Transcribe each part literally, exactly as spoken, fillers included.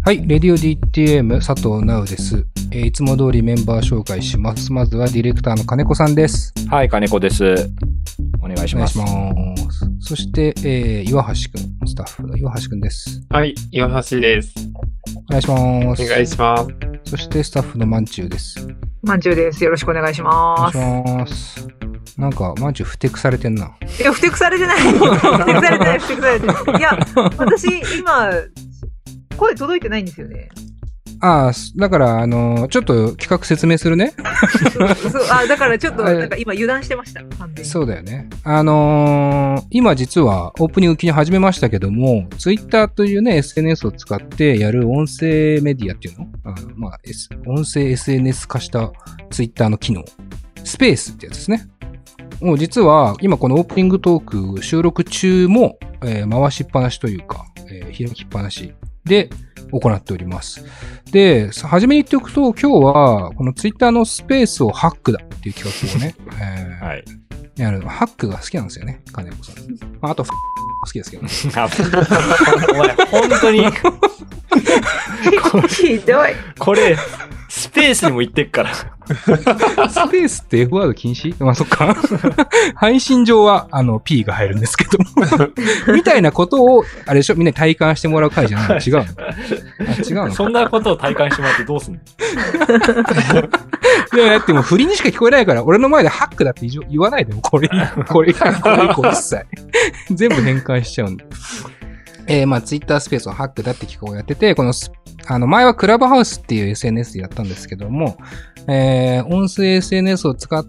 はい、レディオ ディーティーエム 佐藤直です、えー。いつも通りメンバー紹介します。まずはディレクターの金子さんです。 はい、金子です。お願いします。 お願いします。そして、えー、岩橋くん、スタッフの岩橋くんです。 はい、岩橋です。 お願いします。 お願いします。 そしてスタッフのまんちゅうです。 まんちゅうです。よろしくお願いします。 お願いします。なんか、まんちゅうふてくされてんな。 いや、ふてくされてない。ふてくされてない、ふてくされてない。いや、私、今、声届いてないんですよね。 ああ、だから、あのー、ちょっと企画説明するね。 そうあだからちょっと、なんか今油断してました。 そうだよね。あのー、今実はオープニング機に始めましたけども、ツイッターというね、エスエヌエス を使ってやる音声メディアっていうのあの、まあ、S、音声 エスエヌエス 化したツイッターの機能。スペースってやつですね。もう実は、今このオープニングトーク収録中も、えー、回しっぱなしというか、えー、開きっぱなしで行っております。で、はじめに言っておくと、今日はこのツイッターのスペースをハックだっていう企画をね、えーはい、やるの。ハックが好きなんですよね、金子さん。あと、好きですけどね。 お前、本当に。 ひどい。 これ、スペースにも言ってっから。 スペースって F ワード禁止？まあそっか。配信上は、あの、P が入るんですけども。みたいなことを、あれでしょみんなに体感してもらう回じゃないの？違うの？あ、違うの？ そんなことを体感してもらってどうすんの？ いや、だってもう振りにしか聞こえないから、俺の前でハックだって言わないでも、これ、これ、これ以降一切。全部変換しちゃうんで。えー、まあ、ツイッタースペースをハックだって企画をやってて、このス、あの、前はクラブハウスっていう エスエヌエス でやったんですけども、えー、音声 エスエヌエス を使って、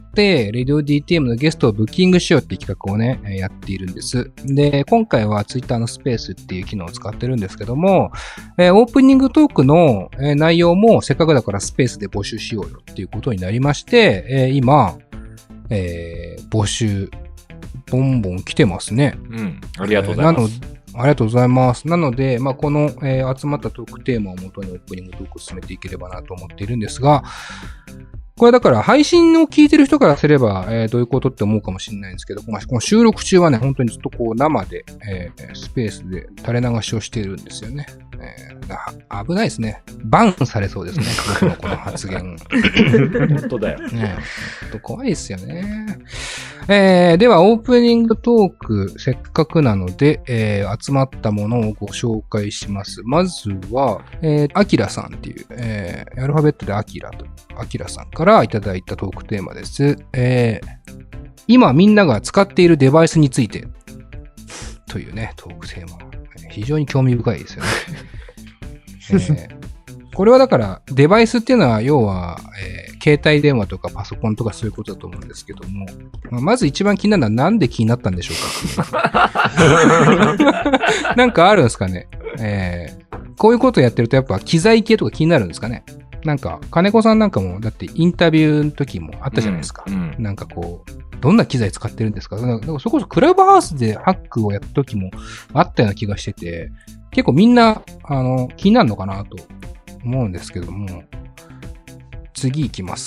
レディオ ディーティーエム のゲストをブッキングしようっていう企画をね、やっているんです。で、今回はツイッターのスペースっていう機能を使ってるんですけども、えー、オープニングトークの内容もせっかくだからスペースで募集しようよっていうことになりまして、えー、今、えー、募集、ボンボン来てますね。 うん。ありがとうございます。 えー、なのありがとうございます。なので、まあ、この、えー、集まったトークテーマを元にオープニングトークを進めていければなと思っているんですが、これだから配信を聞いてる人からすれば、えー、どういうことって思うかもしれないんですけど、この収録中はね、本当にずっとこう生で、えー、スペースで垂れ流しをしているんですよね。えー、だ危ないですね。バンされそうですね。僕のこの発言。 本当だよ。 ね、ちょっと怖いですよね。えー、ではオープニングトークせっかくなので、えー、集まったものをご紹介します。まずは、えー、アキラさんっていう、えー、アルファベットでアキラと、アキラさんからいただいたトークテーマです。えー、今みんなが使っているデバイスについてというね、トークテーマ。非常に興味深いですよね。えーこれはだからデバイスっていうのは要は、えー、携帯電話とかパソコンとかそういうことだと思うんですけども、まあ、まず一番気になるのはなんで気になったんでしょうか。なんかあるんですかね、えー。こういうことをやってるとやっぱ機材系とか気になるんですかね。なんか金子さんなんかもだってインタビューの時もあったじゃないですか。うんうん、なんかこうどんな機材使ってるんですか。なんかそれこそクラブハウスでハックをやった時もあったような気がしてて、結構みんなあの気になるのかなと。思うんですけども、次行きます。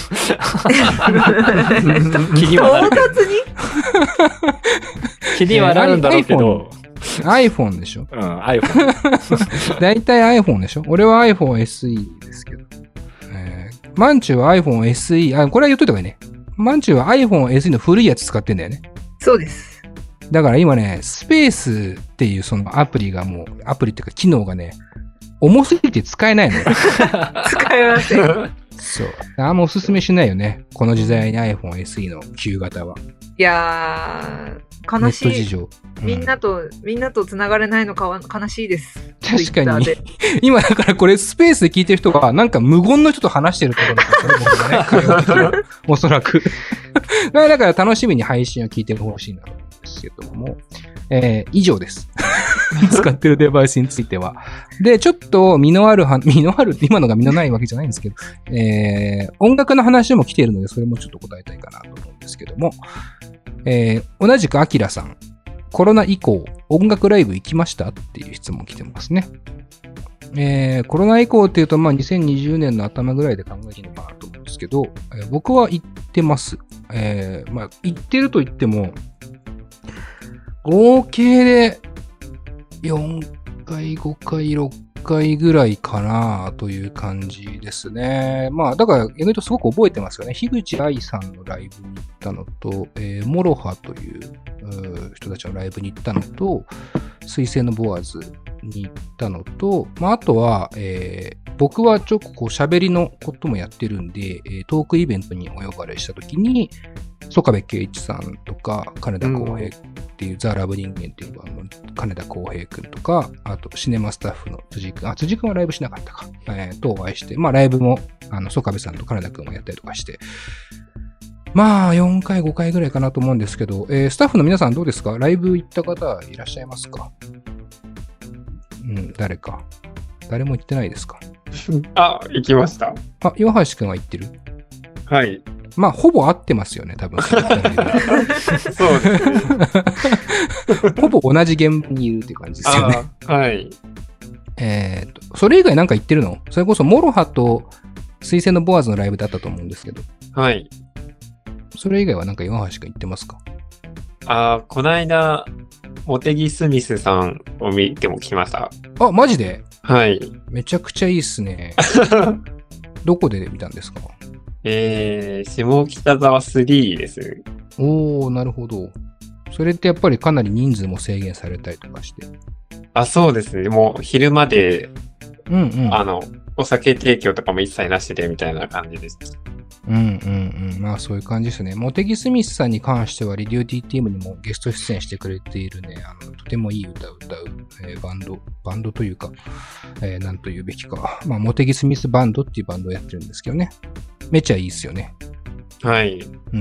気にはなる。唐突に気にはなるんだろうけど。 iPhone でしょ。 うん、iPhone。 だいたい iPhone でしょ。俺は iPhone エスイー ですけど。えー、マンチューは iPhone エスイー、あ、これは言っといた方がいいね。マンチューは iPhone エスイー の古いやつ使ってんだよね。 そうです。 だから今ね、スペースっていうそのアプリがもう、アプリっていうか機能がね、重すぎて使えないのよ。 使えません。 そう。あんまおすすめしないよね。この時代に iPhone エスイー の旧型は。 いやー、悲しい。 ネット事情。 うん、みんなと、みんなと繋がれないのかは悲しいです。 確かに。今だからこれスペースで聞いてる人は、なんか無言の人と話してるところなんですよね。僕がね、会話的に。おそらく。だから楽しみに配信を聞いてほしいなと思うんですけども。えー、以上です。使ってるデバイスについては。で、ちょっと身のあるは、身のあるって今のが身のないわけじゃないんですけど、えー、音楽の話も来ているので、それもちょっと答えたいかなと思うんですけども、えー、同じくアキラさん、コロナ以降、音楽ライブ行きましたっていう質問来てますね。えー、コロナ以降っていうと、まあ、にせんにじゅうねんの頭ぐらいで考えていいのかなと思うんですけど、えー、僕は行ってます。えー、まあ、行ってると言っても、合計でよんかい、ごかい、ろっかいぐらいかなという感じですね。まあ、だから意外とすごく覚えてますよね。樋口愛さんのライブに行ったのと、えー、モロハという人たちのライブに行ったのと、水星のボアズに行ったのと、まあ、あとは、えー、僕はちょっとこう喋りのこともやってるんで、えー、トークイベントにお呼ばれしたときに、曽我部圭一さんとか、金田光平っていう、ザ・ラブ人間っていうバンドの金田光平くんとか、あとシネマスタッフの辻くん、あ、辻くんはライブしなかったか、えー、とお会いして、まあライブも、あの、曽我部さんと金田くんもやったりとかして、まあよんかい、ごかいぐらいかなと思うんですけど、えー、スタッフの皆さんどうですか？ライブ行った方いらっしゃいますか？うん、誰か。誰も行ってないですか？ あ、行きました。 あ、岩橋くんは行ってる？ はい。 まあ、ほぼ合ってますよね、多分。そうですね。 ほぼ同じ現場にいるっていう感じですよね。 はい。 えっと、それ以外なんか言ってるの？それこそ、モロハと水星のボアーズのライブだったと思うんですけど。 はい。 それ以外はなんか岩橋くん言ってますか？ あ、こないだ、モテギスミスさんを見ても来ました。 あ、マジで？ はい。 めちゃくちゃいいっすね。どこで見たんですか？ えー、下北沢スリーです。 おー、なるほど。それってやっぱりかなり人数も制限されたりとかして。 あ、そうですね。もう昼まで、 うんうん。 あの、お酒提供とかも一切なしでみたいな感じです。 うんうんうん。まあそういう感じですね。モテギスミスさんに関しては、レディオ ティーティーエム にもゲスト出演してくれているね、あの、とてもいい歌を歌う、えー、バンド、バンドというか、えー、なんと言うべきか。まあ、モテギスミスバンドっていうバンドをやってるんですけどね。めっちゃいいですよね。 はい。 うん、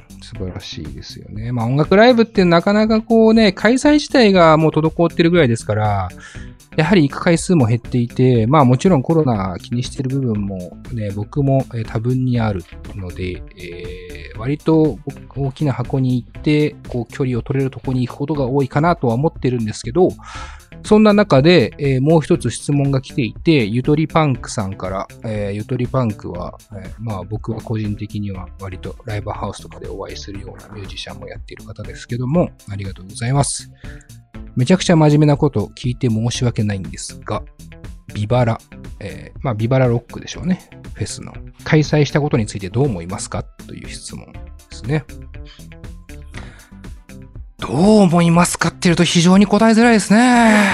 素晴らしいですよね。まあ音楽ライブってなかなかこうね、開催自体がもう滞ってるぐらいですから、やはり行く回数も減っていて、まあもちろんコロナ気にしてる部分もね、僕も多分にあるので、えー、割と大きな箱に行って、こう距離を取れるところに行くことが多いかなとは思ってるんですけど、そんな中で、えー、もう一つ質問が来ていて、ゆとりパンクさんから、えー、ゆとりパンクは、えー、まあ僕は個人的には割とライブハウスとかでお会いするようなミュージシャンもやっている方ですけども、ありがとうございます。めちゃくちゃ真面目なことを聞いて申し訳ないんですが、ビバラ、えー、まあビバラロックでしょうね。フェスの開催したことについてどう思いますかという質問ですね。どう思いますかって言うと非常に答えづらいですね。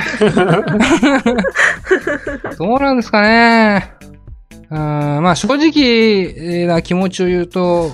どうなんですかね。あまあ正直な気持ちを言うと、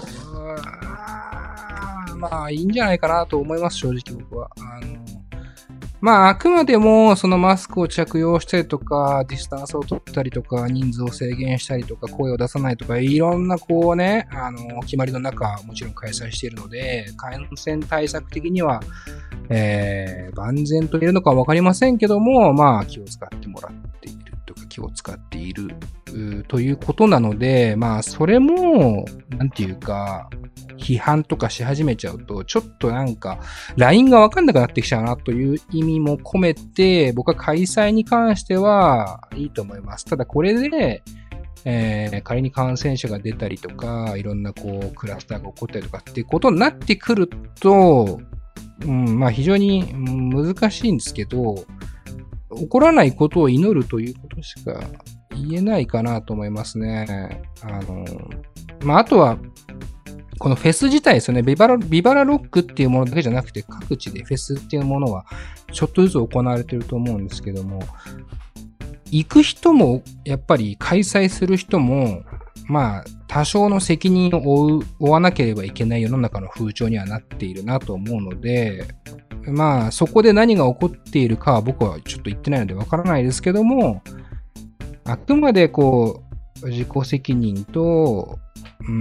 まあいいんじゃないかなと思います、正直僕は。あのまああくまでもそのマスクを着用したりとか、ディスタンスを取ったりとか、人数を制限したりとか、声を出さないとか、いろんなこうね、あの、決まりの中、もちろん開催しているので、感染対策的には、えー、万全と言えるのかはわかりませんけども、まあ気を使ってもらっているとか、気を使っているということなので、まあそれも、なんていうか、批判とかし始めちゃうと、ちょっとなんか、ラインがわかんなくなってきちゃうなという意味も込めて、僕は開催に関してはいいと思います。ただこれで、えー、仮に感染者が出たりとか、いろんなこう、クラスターが起こったりとかっていうことになってくると、うん、まあ非常に難しいんですけど、起こらないことを祈るということしか言えないかなと思いますね。あの、まああとは、このフェス自体ですよね。ビバラ、ビバラロックっていうものだけじゃなくて、各地でフェスっていうものはちょっとずつ行われてると思うんですけども、行く人も、やっぱり開催する人も、まあ、多少の責任を負う、負わなければいけない世の中の風潮にはなっているなと思うので、まあ、そこで何が起こっているかは僕はちょっと言ってないのでわからないですけども、あくまでこう、自己責任と、うん、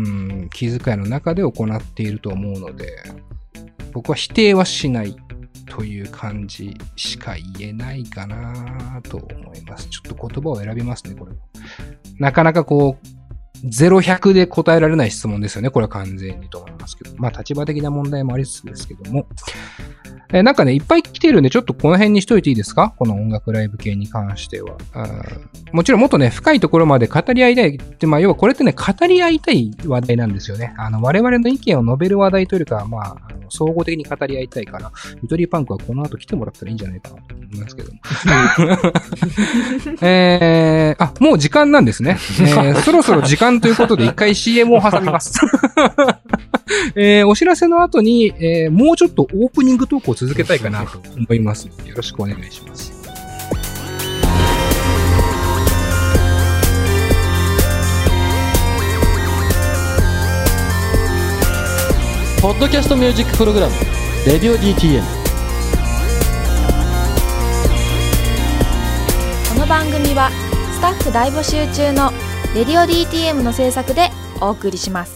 気遣いの中で行っていると思うので、僕は否定はしないという感じしか言えないかなと思います。ちょっと言葉を選びますね、これ。なかなかこう、ゼロひゃくで答えられない質問ですよね、これは完全にと思いますけど。まあ、立場的な問題もありつつですけども。え、なんかね、いっぱい来てるんで、ちょっとこの辺にしといていいですか？この音楽ライブ系に関しては。あもちろんもっとね、深いところまで語り合いたいって、まあ、要はこれってね、語り合いたい話題なんですよね。あの、我々の意見を述べる話題というか、まあ、あのの総合的に語り合いたいから、ゆとりパンクはこの後来てもらったらいいんじゃないかなと思いますけども。えー、あ、もう時間なんですね。えー、そろそろ時間ということで一回 シーエム を挟みます。えー、お知らせの後に、えー、もうちょっとオープニングトークを続けたいかなと思います。よろしくお願いします。 ポッドキャストミュージックプログラムレディオ ディーティーエム。 この番組はスタッフ大募集中のレディオ ディーティーエム の制作でお送りします。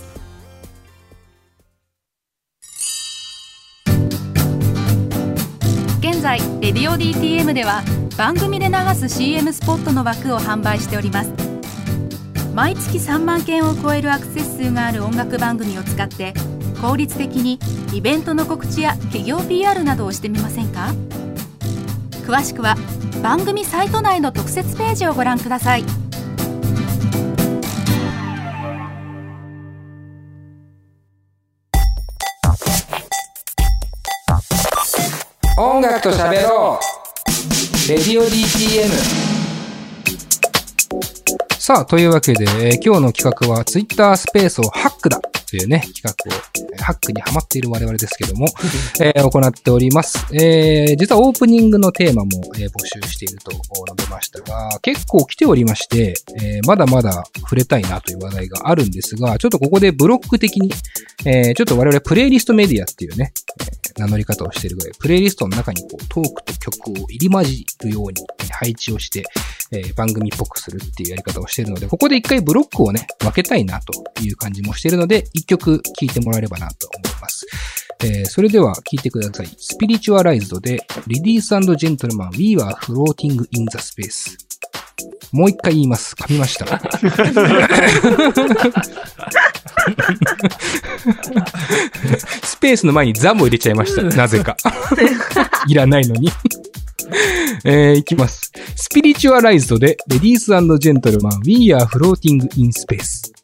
現在レディオ ディーティーエム では番組で流す シーエム スポットの枠を販売しております。毎月さんまんけんを超えるアクセス数がある音楽番組を使って効率的にイベントの告知や企業 ピーアール などをしてみませんか？詳しくは番組サイト内の特設ページをご覧ください。 音楽と喋ろうレディオ ディーティーエム。 さあ、というわけで、えー、今日の企画は Twitter スペースをハックだというね、企画を、ハックにハマっている我々ですけども、えー、行っております。えー、実はオープニングのテーマも、えー、募集していると述べましたが、結構来ておりまして、えー、まだまだ触れたいなという話題があるんですが、ちょっとここでブロック的に、えー、ちょっと我々プレイリストメディアっていうね、えー、名乗り方をしているぐらい、プレイリストの中にこうトークと曲を入り混じるように配置をして、えー、番組っぽくするっていうやり方をしているので、ここで一回ブロックをね、分けたいなという感じもしているので、一曲聴いてもらえればなと思います。えー、それでは聴いてください。スピリチュアライズドで、Ladies and Gentlemen, We Were Floating in the Space。もう一回言います。噛みました。スペースの前にザも入れちゃいました。なぜか。いらないのに。えー、いきます。スピリチュアライズドで Ladies and Gentlemen, We Are Floating in Space。